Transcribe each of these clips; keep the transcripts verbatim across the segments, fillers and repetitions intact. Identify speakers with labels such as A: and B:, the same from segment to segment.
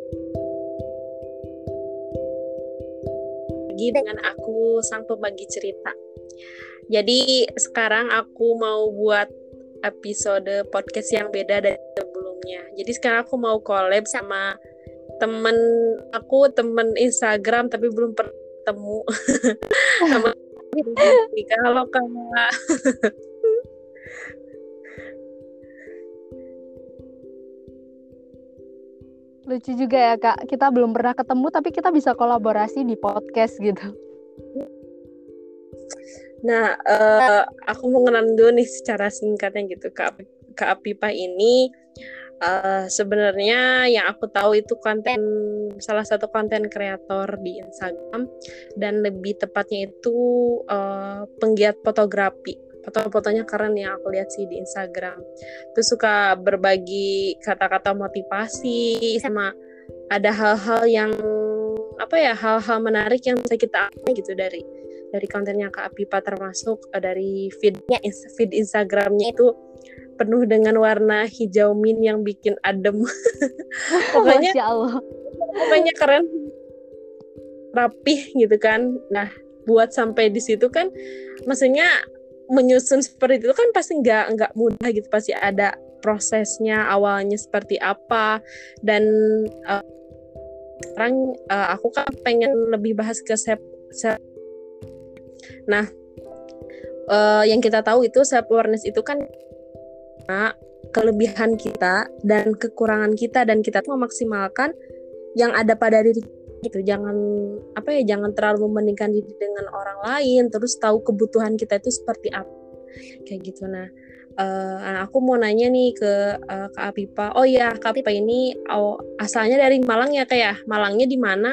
A: Lagi dengan aku sang pembagi cerita. Jadi sekarang aku mau buat episode podcast yang beda dari sebelumnya. Jadi sekarang aku mau collab sama temen aku, temen Instagram tapi belum pernah ketemu. Sama Nika. Halo Kak.
B: Lucu juga ya Kak, kita belum pernah ketemu tapi kita bisa kolaborasi di podcast gitu.
A: Nah, uh, aku mau ngenalin dulu nih secara singkatnya gitu. Kak, Kak Apipah ini uh, sebenarnya yang aku tahu itu konten salah satu konten kreator di Instagram, dan lebih tepatnya itu uh, penggiat fotografi. Foto-fotonya keren yang aku lihat sih di Instagram. Terus suka berbagi kata-kata motivasi, sama ada hal-hal yang apa ya, hal-hal menarik yang bisa kita ambil gitu dari dari kontennya Kak Apipah, termasuk uh, dari feednya feed Instagramnya itu penuh dengan warna hijau mint yang bikin adem. pokoknya
B: Masya Allah.
A: pokoknya keren, rapih gitu kan. Nah, buat sampai di situ kan, maksudnya menyusun seperti itu kan pasti nggak nggak mudah gitu, pasti ada prosesnya awalnya seperti apa. Dan uh, sekarang uh, aku kan pengen lebih bahas ke self, self. Nah, uh, yang kita tahu itu self awareness itu kan kelebihan kita dan kekurangan kita, dan kita tuh memaksimalkan yang ada pada diri gitu. Jangan apa ya, jangan terlalu membandingkan diri dengan orang lain, terus tahu kebutuhan kita itu seperti apa kayak gitu. Nah, uh, aku mau nanya nih ke uh, Kak Apipah. Oh iya, Kak Apipah ini oh, asalnya dari Malang ya Kak ya? Malangnya di mana?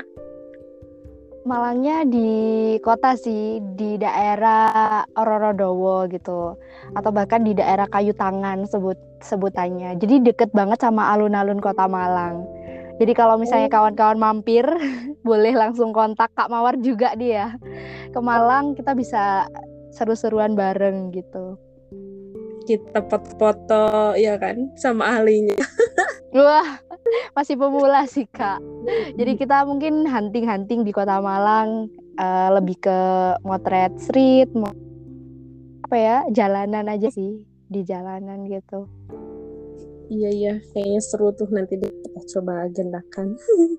B: Malangnya di kota sih, di daerah Rorodowo gitu, atau bahkan di daerah Kayu Tangan sebut sebutannya. Jadi deket banget sama alun-alun kota Malang. Jadi kalau misalnya kawan-kawan mampir, boleh langsung kontak Kak Mawar juga dia ke Malang, kita bisa seru-seruan bareng gitu.
A: Kita foto-foto ya kan sama ahlinya.
B: Wah, masih pemula sih Kak. Jadi kita mungkin hunting-hunting di kota Malang, uh, lebih ke motret street, mo- apa ya, jalanan aja sih, di jalanan gitu.
A: Iya iya, kayaknya seru tuh, nanti deh kita coba agendakan.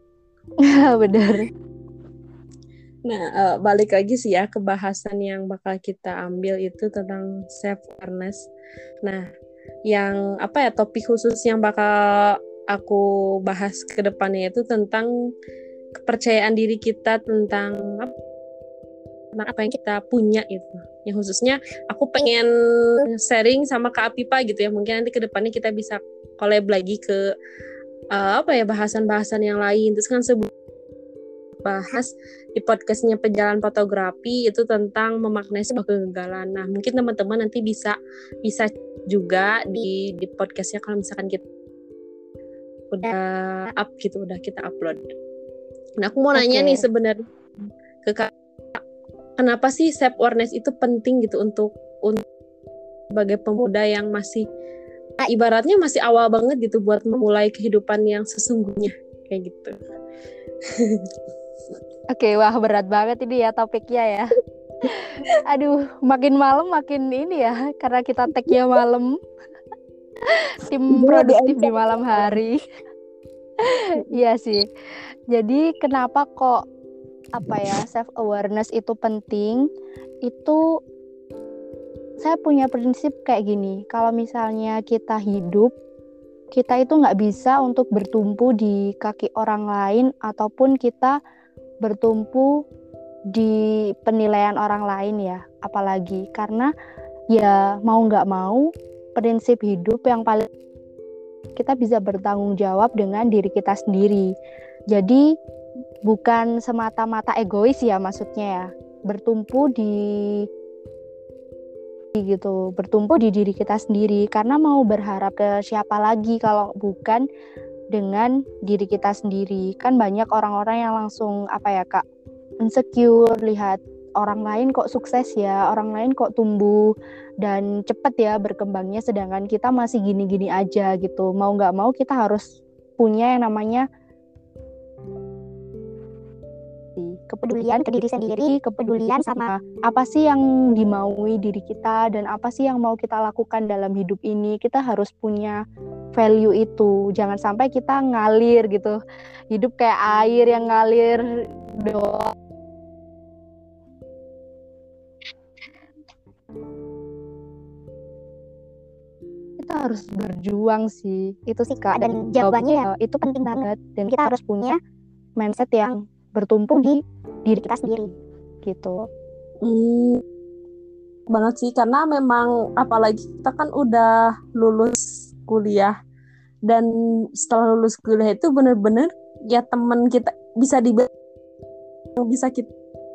B: Bener.
A: Nah, uh, balik lagi sih ya ke bahasan yang bakal kita ambil itu tentang self awareness. Nah, yang apa ya, topik khusus yang bakal aku bahas ke depannya itu tentang kepercayaan diri kita, tentang apa, tentang apa yang kita punya itu. Yang khususnya aku pengen sharing sama Kak Apipah gitu ya. Mungkin nanti ke depannya kita bisa collab lagi ke uh, apa ya, bahasan-bahasan yang lain. Terus kan sebelum bahas di podcastnya Pejalan Fotografi itu tentang memaknai sebuah kegagalan. Nah, mungkin teman-teman nanti bisa bisa juga di di podcastnya kalau misalkan kita udah up gitu, udah kita upload. Nah, aku mau nanya
B: okay.
A: nih sebenarnya ke Kak, kenapa sih self awareness itu penting gitu untuk untuk sebagai pemuda yang masih ibaratnya masih awal banget gitu buat memulai kehidupan yang sesungguhnya kayak gitu.
B: Oke, okay, wah berat banget ini ya topiknya ya. Aduh, makin malam makin ini ya, karena kita tag-nya malam. Tim produktif di malam hari. Iya sih. Jadi kenapa kok apa ya, self awareness itu penting? Itu saya punya prinsip kayak gini. Kalau misalnya kita hidup, kita itu nggak bisa untuk bertumpu di kaki orang lain, ataupun kita bertumpu di penilaian orang lain ya, apalagi karena ya mau nggak mau prinsip hidup yang paling kita bisa bertanggung jawab dengan diri kita sendiri. Jadi bukan semata-mata egois ya, maksudnya ya, bertumpu di gitu, bertumpu di diri kita sendiri, karena mau berharap ke siapa lagi kalau bukan dengan diri kita sendiri. Kan banyak orang-orang yang langsung apa ya Kak, insecure lihat orang lain kok sukses ya, orang lain kok tumbuh dan cepet ya berkembangnya, sedangkan kita masih gini-gini aja gitu. Mau nggak mau kita harus punya yang namanya kepedulian ke diri sendiri, kepedulian sama apa sih yang dimaui diri kita dan apa sih yang mau kita lakukan dalam hidup ini. Kita harus punya value itu. Jangan sampai kita ngalir gitu. Hidup kayak air yang ngalir doang. Kita harus berjuang sih. Itu sih Kak, dan jawabannya ya itu penting banget dan kita harus punya mindset yang bertumpu di diri kita sendiri gitu.
A: Hmm, banget sih, karena memang apalagi kita kan udah lulus kuliah, dan setelah lulus kuliah itu benar-benar ya teman kita bisa dibilang bisa kita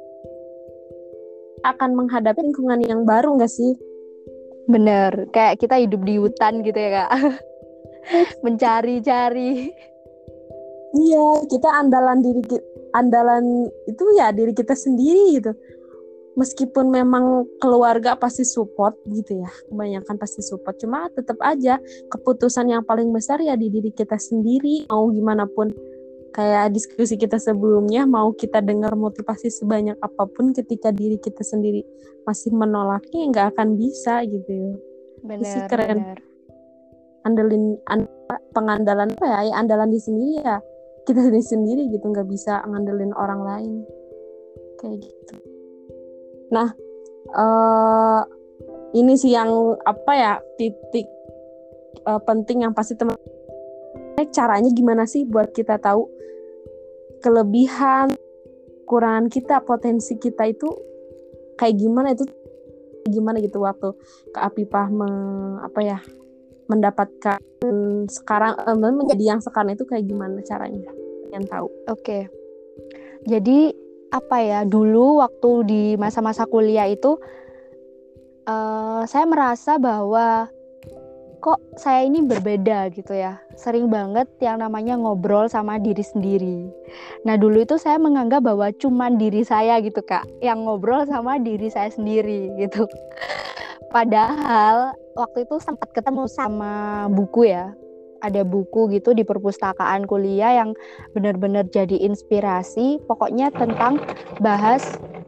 A: akan menghadapi lingkungan yang baru nggak sih?
B: Bener, kayak kita hidup di hutan gitu ya Kak. Mencari-cari.
A: Iya, kita andalan diri andalan itu ya diri kita sendiri gitu. Meskipun memang keluarga pasti support gitu ya, kebanyakan pasti support, cuma tetap aja keputusan yang paling besar ya di diri kita sendiri. Mau gimana pun, kayak diskusi kita sebelumnya, mau kita dengar motivasi sebanyak apapun, ketika diri kita sendiri masih menolaknya, nggak akan bisa gitu ya.
B: Bener,
A: keren.
B: bener.
A: Andelin and, pengandalan apa ya, ya andalan di sendiri ya kita sendiri sendiri gitu, nggak bisa ngandelin orang lain kayak gitu. Nah, uh, ini sih yang apa ya, titik uh, penting yang pasti teman, caranya gimana sih buat kita tahu kelebihan, kekurangan kita, potensi kita itu kayak gimana, itu gimana gitu waktu Kak Apifah me, apa ya mendapatkan sekarang eh, menjadi yang sekarang itu kayak gimana caranya, yang tahu.
B: Oke, okay. Jadi apa ya, dulu waktu di masa-masa kuliah itu uh, saya merasa bahwa kok saya ini berbeda gitu ya. Sering banget yang namanya ngobrol sama diri sendiri. Nah dulu itu saya menganggap bahwa cuman diri saya gitu Kak yang ngobrol sama diri saya sendiri gitu. Padahal waktu itu sempat ketemu sama buku ya. Ada buku gitu di perpustakaan kuliah yang benar-benar jadi inspirasi. Pokoknya tentang bahas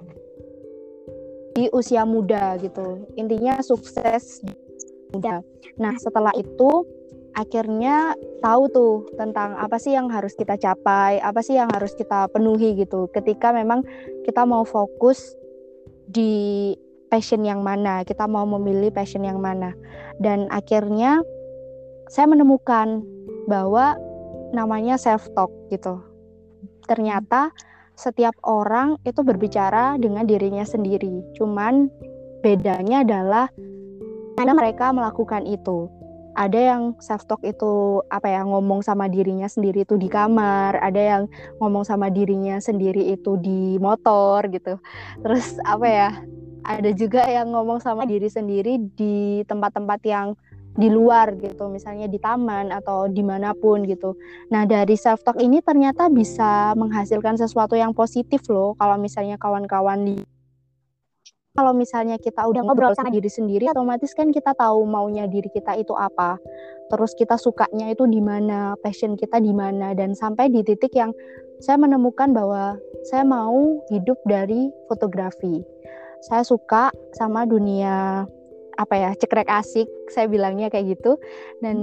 B: di usia muda gitu. Intinya sukses muda. Nah setelah itu akhirnya tahu tuh tentang apa sih yang harus kita capai, apa sih yang harus kita penuhi gitu. Ketika memang kita mau fokus di passion yang mana, kita mau memilih passion yang mana. Dan akhirnya saya menemukan bahwa namanya self talk gitu. Ternyata setiap orang itu berbicara dengan dirinya sendiri. Cuman bedanya adalah karena mereka melakukan itu. Ada yang self talk itu apa ya, ngomong sama dirinya sendiri itu di kamar, ada yang ngomong sama dirinya sendiri itu di motor gitu. Terus apa ya? Ada juga yang ngomong sama diri sendiri di tempat-tempat yang di luar gitu, misalnya di taman atau dimanapun gitu. Nah dari self talk ini ternyata bisa menghasilkan sesuatu yang positif loh. Kalau misalnya kawan-kawan di kalau misalnya kita udah ngobrol sama diri sendiri, otomatis kan kita tahu maunya diri kita itu apa. Terus kita sukanya itu di mana, passion kita di mana, dan sampai di titik yang saya menemukan bahwa saya mau hidup dari fotografi. Saya suka sama dunia apa ya, cekrek asik, saya bilangnya kayak gitu. Dan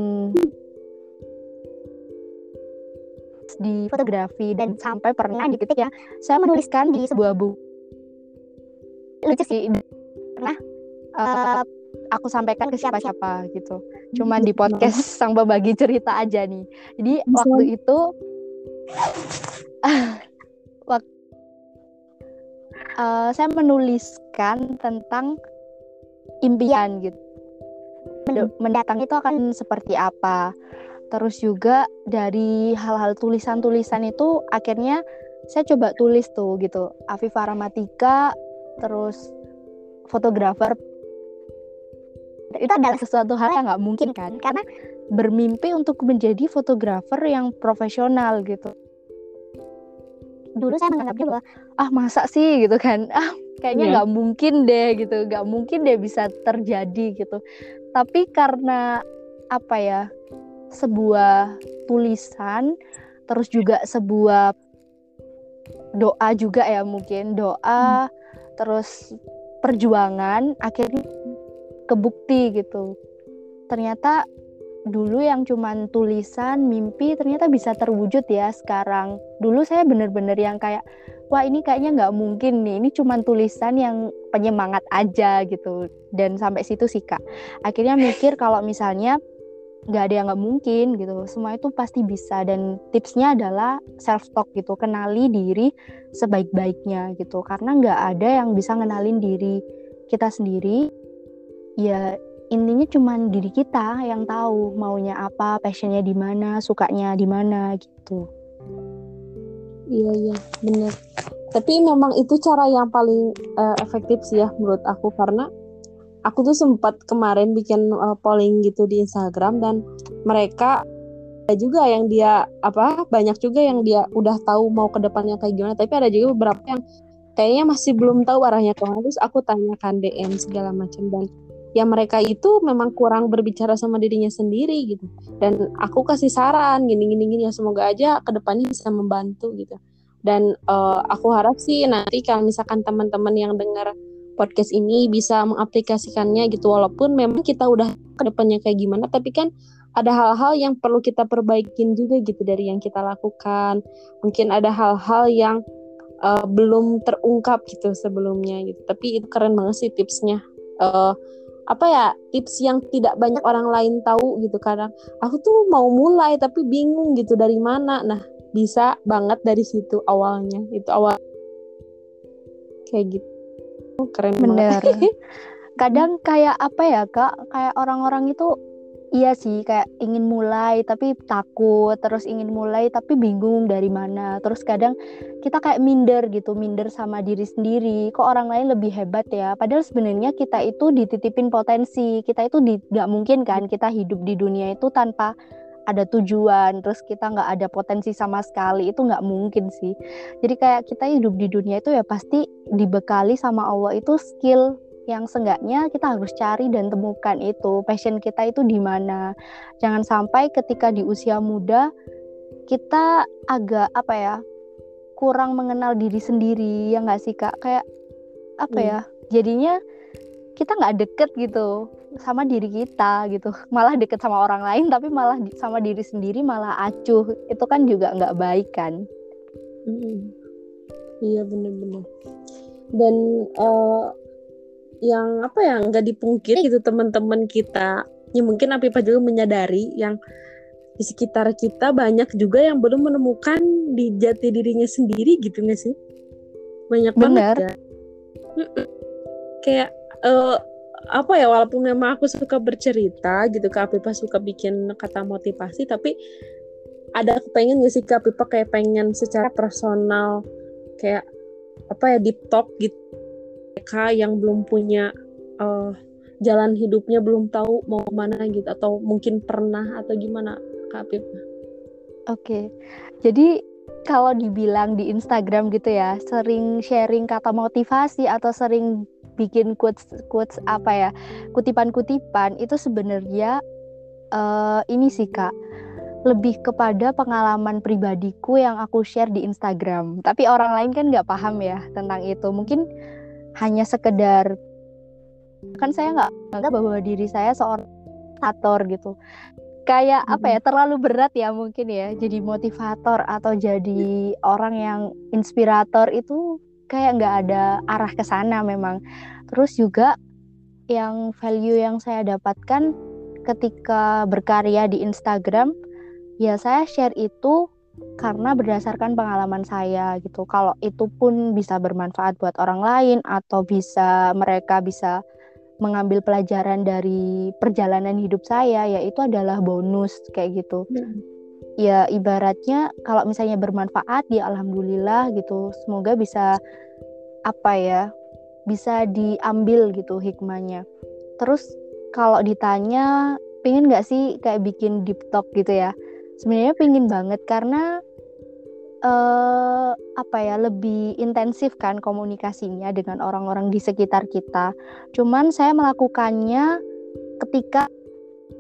B: di fotografi, dan sampai pernah di titik ya saya menuliskan di sebuah buku. Lucu sih, pernah uh, aku sampaikan ke siapa-siapa gitu. Cuman di podcast sang berbagi cerita aja nih. Jadi waktu itu waktu uh, saya menuliskan tentang impian gitu. Mendatang itu akan seperti apa. Terus juga dari hal-hal tulisan-tulisan itu akhirnya saya coba tulis tuh gitu. Afifah Rahmatika, terus fotografer. Itu adalah sesuatu hal yang nggak mungkin kan, karena bermimpi untuk menjadi fotografer yang profesional gitu. Dulu saya menganggapnya bahwa ah masa sih gitu kan, ah kayaknya nggak yeah. mungkin deh gitu, nggak mungkin deh bisa terjadi gitu. Tapi karena apa ya, sebuah tulisan, terus juga sebuah doa juga ya, mungkin doa hmm. terus perjuangan akhirnya kebukti gitu. Ternyata dulu yang cuman tulisan mimpi ternyata bisa terwujud ya sekarang. Dulu saya bener-bener yang kayak wah ini kayaknya nggak mungkin nih, ini cuman tulisan yang penyemangat aja gitu. Dan sampai situ sih Kak, akhirnya mikir kalau misalnya nggak ada yang nggak mungkin gitu, semua itu pasti bisa. Dan tipsnya adalah self talk gitu, kenali diri sebaik-baiknya gitu, karena nggak ada yang bisa ngenalin diri kita sendiri ya. Intinya cuman diri kita yang tahu maunya apa, passionnya di mana, sukanya di mana gitu.
A: Iya iya benar. Tapi memang itu cara yang paling uh, efektif sih ya menurut aku, karena aku tuh sempat kemarin bikin uh, polling gitu di Instagram, dan mereka ada juga yang dia apa banyak juga yang dia udah tahu mau ke depannya kayak gimana, tapi ada juga beberapa yang kayaknya masih belum tahu arahnya kemana. Terus aku tanyakan D M segala macam, dan ya mereka itu memang kurang berbicara sama dirinya sendiri gitu. Dan aku kasih saran gini-gini gini ya, semoga aja kedepannya bisa membantu gitu. Dan uh, aku harap sih nanti kalau misalkan teman-teman yang dengar podcast ini bisa mengaplikasikannya gitu, walaupun memang kita udah kedepannya kayak gimana, tapi kan ada hal-hal yang perlu kita perbaikin juga gitu dari yang kita lakukan. Mungkin ada hal-hal yang uh, belum terungkap gitu sebelumnya gitu. Tapi itu keren banget sih tipsnya. Uh, apa ya, tips yang tidak banyak orang lain tahu gitu. Kadang aku tuh mau mulai tapi bingung gitu dari mana. Nah, bisa banget dari situ awalnya. Itu awal kayak gitu. Keren
B: Bener.
A: banget.
B: Kadang kayak apa ya Kak, kayak orang-orang itu iya sih kayak ingin mulai tapi takut, terus ingin mulai tapi bingung dari mana. Terus kadang kita kayak minder gitu, minder sama diri sendiri. Kok orang lain lebih hebat ya? Padahal sebenarnya kita itu dititipin potensi. Kita itu di, gak mungkin kan kita hidup di dunia itu tanpa ada tujuan. Terus kita gak ada potensi sama sekali. Itu gak mungkin sih. Jadi kayak kita hidup di dunia itu ya pasti dibekali sama Allah itu skill yang seenggaknya kita harus cari dan temukan itu, passion kita itu di mana. Jangan sampai ketika di usia muda kita agak apa ya, kurang mengenal diri sendiri, ya nggak sih Kak? Kayak apa hmm. ya, jadinya kita nggak deket gitu sama diri kita gitu, malah deket sama orang lain tapi malah sama diri sendiri malah acuh. Itu kan juga nggak baik kan?
A: Hmm. Iya benar-benar. Dan uh, yang apa ya nggak dipungkir gitu teman-teman kita, ya mungkin Apifah juga menyadari yang di sekitar kita banyak juga yang belum menemukan di jati dirinya sendiri gitu nggak sih? Banyak
B: Bener.
A: banget ya. Kayak uh, apa ya, walaupun memang aku suka bercerita gitu, Kak Apifah suka bikin kata motivasi, tapi ada aku pengen nggak sih Kak Apifah kayak pengen secara personal kayak apa ya, deep talk gitu, mereka yang belum punya uh, jalan hidupnya, belum tahu mau kemana gitu, atau mungkin pernah atau gimana Kak Apip?
B: Oke, jadi kalau dibilang di Instagram gitu ya, sering sharing kata motivasi atau sering bikin quotes quotes apa ya, kutipan-kutipan itu sebenarnya uh, ini sih Kak, lebih kepada pengalaman pribadiku yang aku share di Instagram. Tapi orang lain kan nggak paham ya tentang itu. Mungkin hanya sekedar, kan saya nggak anggap bahwa diri saya seorang motivator gitu. Kayak hmm. apa ya, terlalu berat ya mungkin ya. Jadi motivator atau jadi orang yang inspirator itu kayak nggak ada arah ke sana memang. Terus juga yang value yang saya dapatkan ketika berkarya di Instagram, ya saya share itu karena berdasarkan pengalaman saya gitu. Kalau itu pun bisa bermanfaat buat orang lain atau bisa mereka bisa mengambil pelajaran dari perjalanan hidup saya, ya itu adalah bonus kayak gitu. Hmm. Ya ibaratnya kalau misalnya bermanfaat, ya alhamdulillah gitu. Semoga bisa apa ya, bisa diambil gitu hikmahnya. Terus kalau ditanya pengen nggak sih kayak bikin deep talk gitu ya? Sebenarnya pengen banget karena uh, apa ya, lebih intensif kan komunikasinya dengan orang-orang di sekitar kita. Cuman saya melakukannya ketika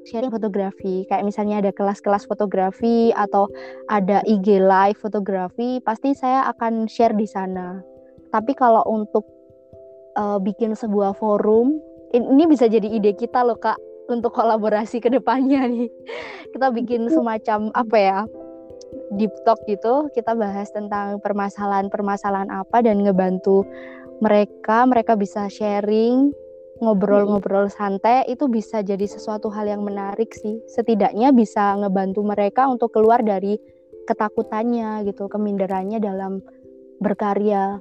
B: sharing fotografi. Kayak misalnya ada kelas-kelas fotografi atau ada I G live fotografi, pasti saya akan share di sana. Tapi kalau untuk uh, bikin sebuah forum, ini bisa jadi ide kita loh Kak untuk kolaborasi ke depannya nih. Kita bikin semacam apa ya? Deep talk gitu, kita bahas tentang permasalahan-permasalahan apa dan ngebantu mereka, mereka bisa sharing, ngobrol-ngobrol santai, itu bisa jadi sesuatu hal yang menarik sih. Setidaknya bisa ngebantu mereka untuk keluar dari ketakutannya gitu, keminderannya dalam berkarya.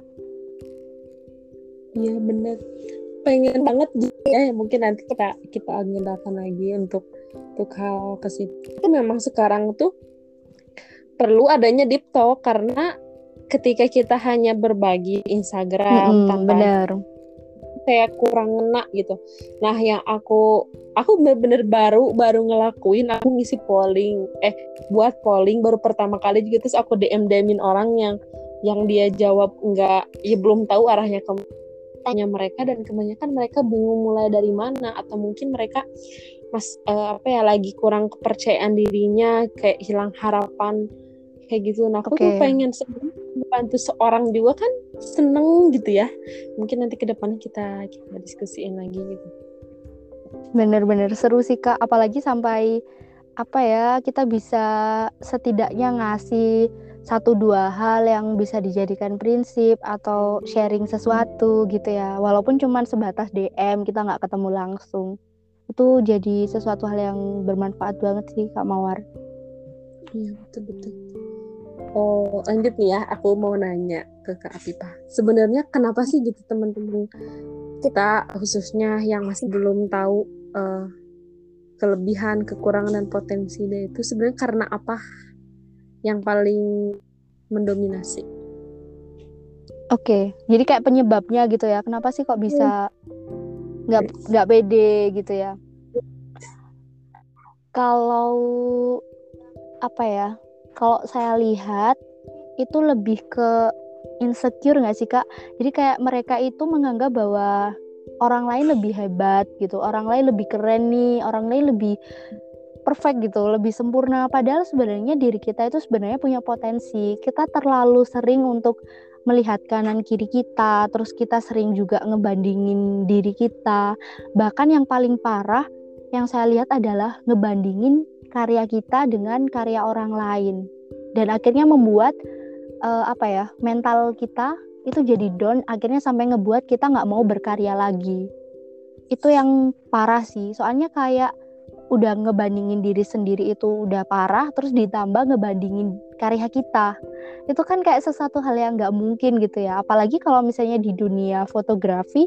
A: Iya benar. Pengen banget ya, mungkin nanti kita kita agendakan lagi untuk untuk hal ke situ. Itu memang sekarang tuh perlu adanya deep talk karena ketika kita hanya berbagi Instagram
B: Mm-mm,
A: tanpa
B: bener.
A: kayak kurang ngena gitu. Nah, yang aku aku bener-bener baru baru ngelakuin, aku ngisi polling, eh buat polling baru pertama kali juga, terus aku D M D M-in orang yang yang dia jawab enggak, ya belum tahu arahnya ke tanya mereka, dan kebanyakan mereka bingung mulai dari mana, atau mungkin mereka mas uh, apa ya lagi kurang kepercayaan dirinya, kayak hilang harapan kayak gitu. Nah, aku
B: Oke.
A: tuh pengen membantu seorang juga kan seneng gitu ya. Mungkin nanti ke depannya kita kita diskusiin lagi gitu.
B: Bener-bener seru sih Kak, apalagi sampai apa ya, kita bisa setidaknya ngasih satu dua hal yang bisa dijadikan prinsip atau sharing sesuatu gitu ya, walaupun cuma sebatas D M, kita nggak ketemu langsung. Itu jadi sesuatu hal yang bermanfaat banget sih Kak Mawar.
A: Iya betul-betul. Oh lanjut nih ya, aku mau nanya ke Kak Apipah. Sebenarnya kenapa sih gitu teman-teman kita khususnya yang masih belum tahu uh, kelebihan, kekurangan dan potensi dia itu sebenarnya karena apa yang paling mendominasi?
B: Oke, jadi kayak penyebabnya gitu ya, kenapa sih kok bisa nggak nggak pede gitu ya? Kalau apa ya? Kalau saya lihat itu lebih ke insecure nggak sih Kak? Jadi kayak mereka itu menganggap bahwa orang lain lebih hebat gitu, orang lain lebih keren nih, orang lain lebih perfect gitu, lebih sempurna. Padahal sebenarnya diri kita itu sebenarnya punya potensi. Kita terlalu sering untuk melihat kanan kiri kita, terus kita sering juga ngebandingin diri kita. Bahkan yang paling parah yang saya lihat adalah ngebandingin karya kita dengan karya orang lain. Dan akhirnya membuat uh, apa ya, mental kita itu jadi down, akhirnya sampai ngebuat kita nggak mau berkarya lagi. Itu yang parah sih, soalnya kayak udah ngebandingin diri sendiri itu udah parah, terus ditambah ngebandingin karya kita, itu kan kayak sesuatu hal yang nggak mungkin gitu ya. Apalagi kalau misalnya di dunia fotografi,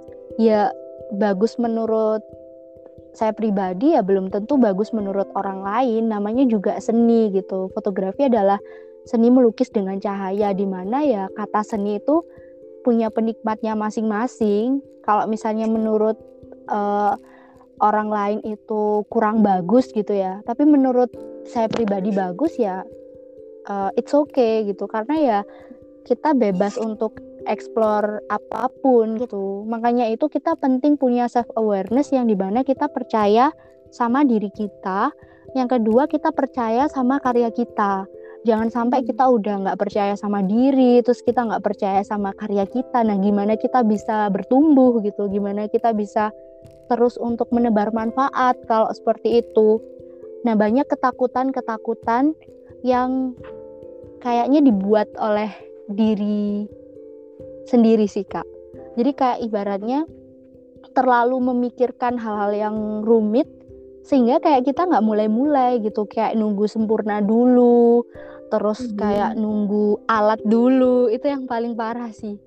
B: ya bagus menurut saya pribadi ya belum tentu bagus menurut orang lain. Namanya juga seni gitu. Fotografi adalah seni melukis dengan cahaya, di mana ya kata seni itu punya penikmatnya masing-masing. Kalau misalnya menurut uh, orang lain itu kurang bagus gitu ya, tapi menurut saya pribadi bagus ya, uh, it's okay gitu, karena ya kita bebas untuk explore apapun gitu. Makanya itu kita penting punya self awareness yang dimana kita percaya sama diri kita. Yang kedua, kita percaya sama karya kita. Jangan sampai kita udah nggak percaya sama diri, terus kita nggak percaya sama karya kita. Nah, gimana kita bisa bertumbuh gitu? Gimana kita bisa terus untuk menebar manfaat kalau seperti itu? Nah, banyak ketakutan-ketakutan yang kayaknya dibuat oleh diri sendiri sih Kak. Jadi kayak ibaratnya terlalu memikirkan hal-hal yang rumit sehingga kayak kita nggak mulai-mulai gitu, kayak nunggu sempurna dulu, terus mm-hmm. kayak nunggu alat dulu. Itu yang paling parah sih.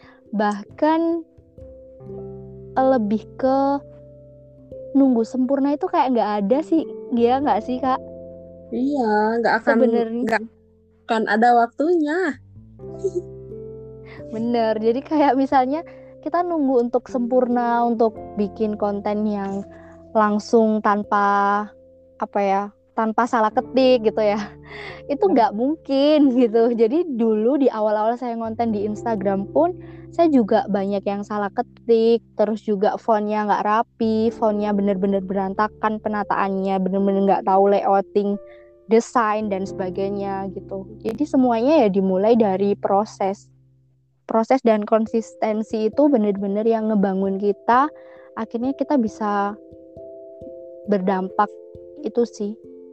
B: Bahkan lebih ke nunggu sempurna itu kayak nggak ada sih, dia nggak sih Kak?
A: Iya, nggak akan nggak akan ada waktunya.
B: Bener, jadi kayak misalnya kita nunggu untuk sempurna untuk bikin konten yang langsung tanpa apa ya, tanpa salah ketik gitu ya. Itu nggak mungkin gitu. Jadi dulu di awal-awal saya ngonten di Instagram pun saya juga banyak yang salah ketik, terus juga fontnya nggak rapi, fontnya bener-bener berantakan, penataannya bener-bener nggak tahu layouting, desain dan sebagainya gitu. Jadi semuanya ya dimulai dari proses. Proses dan konsistensi itu bener-bener yang ngebangun kita, akhirnya kita bisa berdampak itu sih.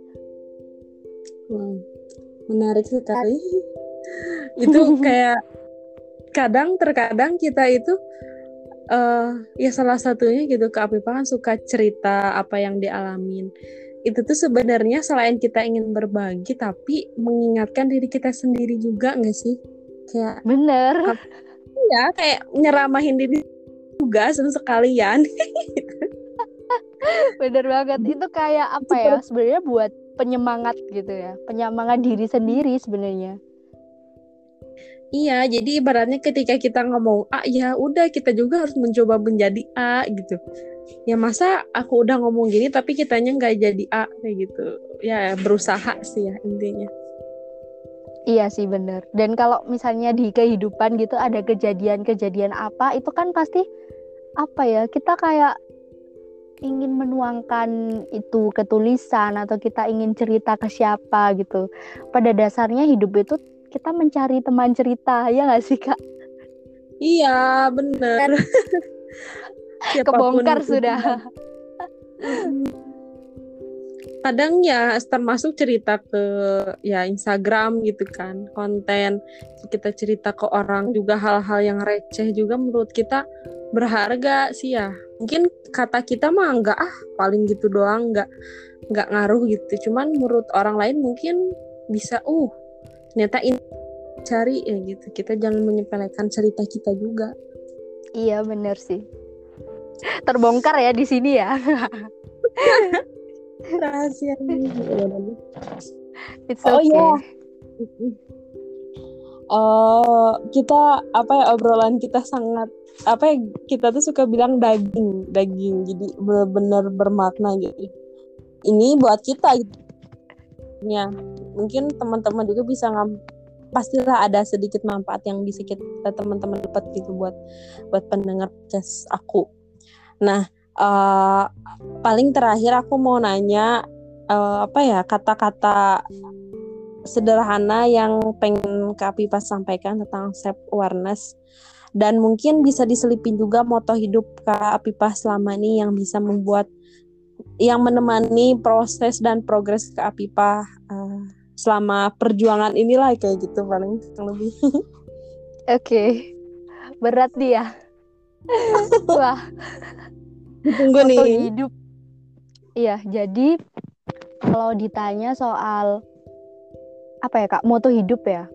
A: Wow, menarik sekali. Itu kayak kadang terkadang kita itu uh, ya salah satunya gitu, Kak Apifah kan suka cerita apa yang dialamin. Itu tuh sebenarnya selain kita ingin berbagi, tapi mengingatkan diri kita sendiri juga nggak sih? Kayak
B: bener.
A: Ya kayak nyeramahin diri juga sekalian.
B: Bener banget. Itu kayak apa ya? Sebenarnya buat penyemangat gitu ya. Penyemangat diri sendiri sebenarnya.
A: Iya, jadi ibaratnya ketika kita ngomong A, ya udah kita juga harus mencoba menjadi A gitu. Ya masa aku udah ngomong gini tapi kitanya nggak jadi A kayak gitu. Ya berusaha sih ya intinya.
B: Iya sih bener. Dan kalau misalnya di kehidupan gitu ada kejadian-kejadian apa, itu kan pasti apa ya? Kita kayak ingin menuangkan itu ke tulisan atau kita ingin cerita ke siapa gitu. Pada dasarnya hidup itu kita mencari teman cerita, ya nggak sih Kak?
A: Iya bener.
B: Kebongkar sudah.
A: Kadang ya termasuk cerita ke ya Instagram gitu kan, konten kita cerita ke orang juga hal-hal yang receh juga menurut kita berharga sih ya. Mungkin kata kita mah enggak ah paling gitu doang, enggak enggak ngaruh gitu. Cuman menurut orang lain mungkin bisa uh ternyata ini cari ya gitu. Kita jangan menyepelekan cerita kita juga.
B: Iya bener sih. Terbongkar ya di sini ya.
A: Rahasia ini.
B: It's
A: oh
B: okay.
A: ya uh, kita apa ya obrolan kita sangat apa ya kita tuh suka bilang daging daging jadi benar-benar bermakna gitu ini buat kita gitu ya mungkin teman-teman juga bisa ngam pastilah ada sedikit manfaat yang bisa kita teman-teman dapat gitu buat buat pendengar podcast aku. Nah uh, paling terakhir aku mau nanya uh, apa ya kata-kata sederhana yang pengen Kak Apifah sampaikan tentang self awareness dan mungkin bisa diselipin juga moto hidup Kak Apifah selama ini yang bisa membuat yang menemani proses dan progres Kak Apifah uh, selama perjuangan inilah kayak gitu paling lebih.
B: Oke, okay. Berat dia. Wah.
A: Ditunggu
B: moto
A: nih.
B: Hidup. Iya, jadi kalau ditanya soal apa ya Kak, moto hidup ya.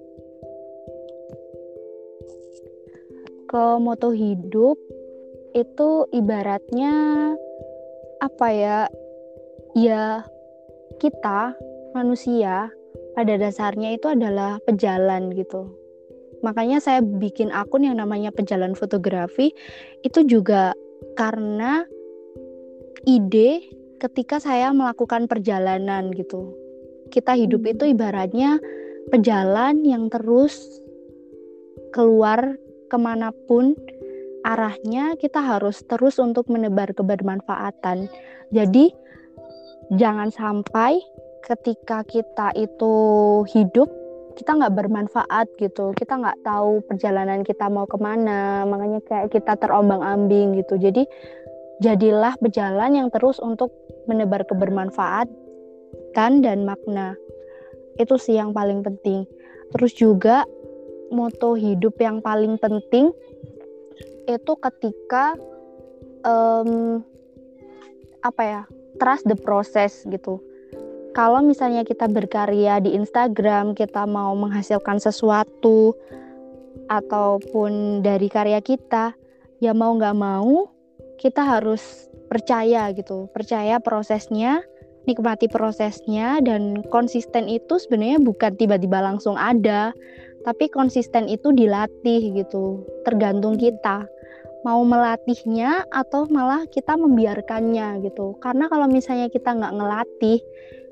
B: Ke moto hidup itu ibaratnya apa ya? Ya kita manusia pada dasarnya itu adalah pejalan gitu. Makanya saya bikin akun yang namanya Pejalan Fotografi itu juga karena ide ketika saya melakukan perjalanan gitu. Kita hidup hmm. itu ibaratnya pejalan yang terus keluar kemanapun arahnya, kita harus terus untuk menebar kebermanfaatan. Jadi jangan sampai ketika kita itu hidup kita nggak bermanfaat gitu, kita nggak tahu perjalanan kita mau kemana, makanya kayak kita terombang-ambing gitu. Jadi jadilah berjalan yang terus untuk menebar kebermanfaatan dan makna. Itu sih yang paling penting. Terus juga moto hidup yang paling penting itu ketika um, apa ya, trust the process gitu. Kalau misalnya kita berkarya di Instagram, kita mau menghasilkan sesuatu ataupun dari karya kita, ya mau nggak mau kita harus percaya gitu, percaya prosesnya, nikmati prosesnya, dan konsisten itu sebenarnya bukan tiba-tiba langsung ada, tapi konsisten itu dilatih gitu, tergantung kita mau melatihnya atau malah kita membiarkannya gitu. Karena kalau misalnya kita nggak ngelatih,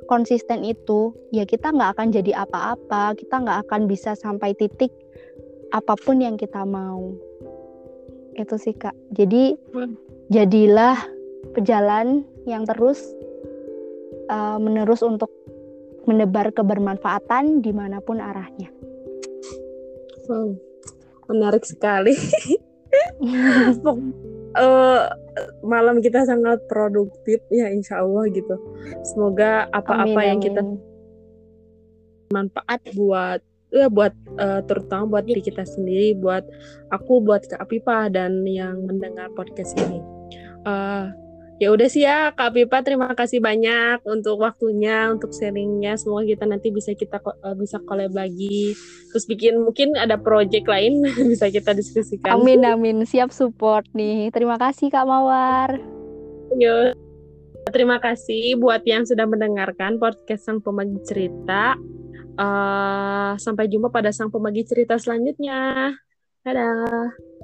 B: konsisten itu, ya kita nggak akan jadi apa-apa, kita nggak akan bisa sampai titik apapun yang kita mau. Itu sih Kak. Jadi jadilah pejalan yang terus uh, menerus untuk menebar kebermanfaatan dimanapun arahnya.
A: Hmm, menarik sekali. uh, malam kita sangat produktif ya, insya Allah gitu. Semoga apa-apa amin, yang amin. kita manfaat buat ya buat uh, terutama buat diri kita sendiri, buat aku, buat Kak Pipa dan yang mendengar podcast ini. Uh, ya udah sih ya Kak Pipa, terima kasih banyak untuk waktunya, untuk sharingnya. Semoga kita nanti bisa kita uh, bisa collab lagi, terus bikin mungkin ada project lain bisa kita diskusikan.
B: Amin amin, siap support nih. Terima kasih Kak Mawar.
A: Yo, terima kasih buat yang sudah mendengarkan podcast Sang Pembagi Cerita. Uh, sampai jumpa pada Sang Pembagi Cerita selanjutnya. Dadah.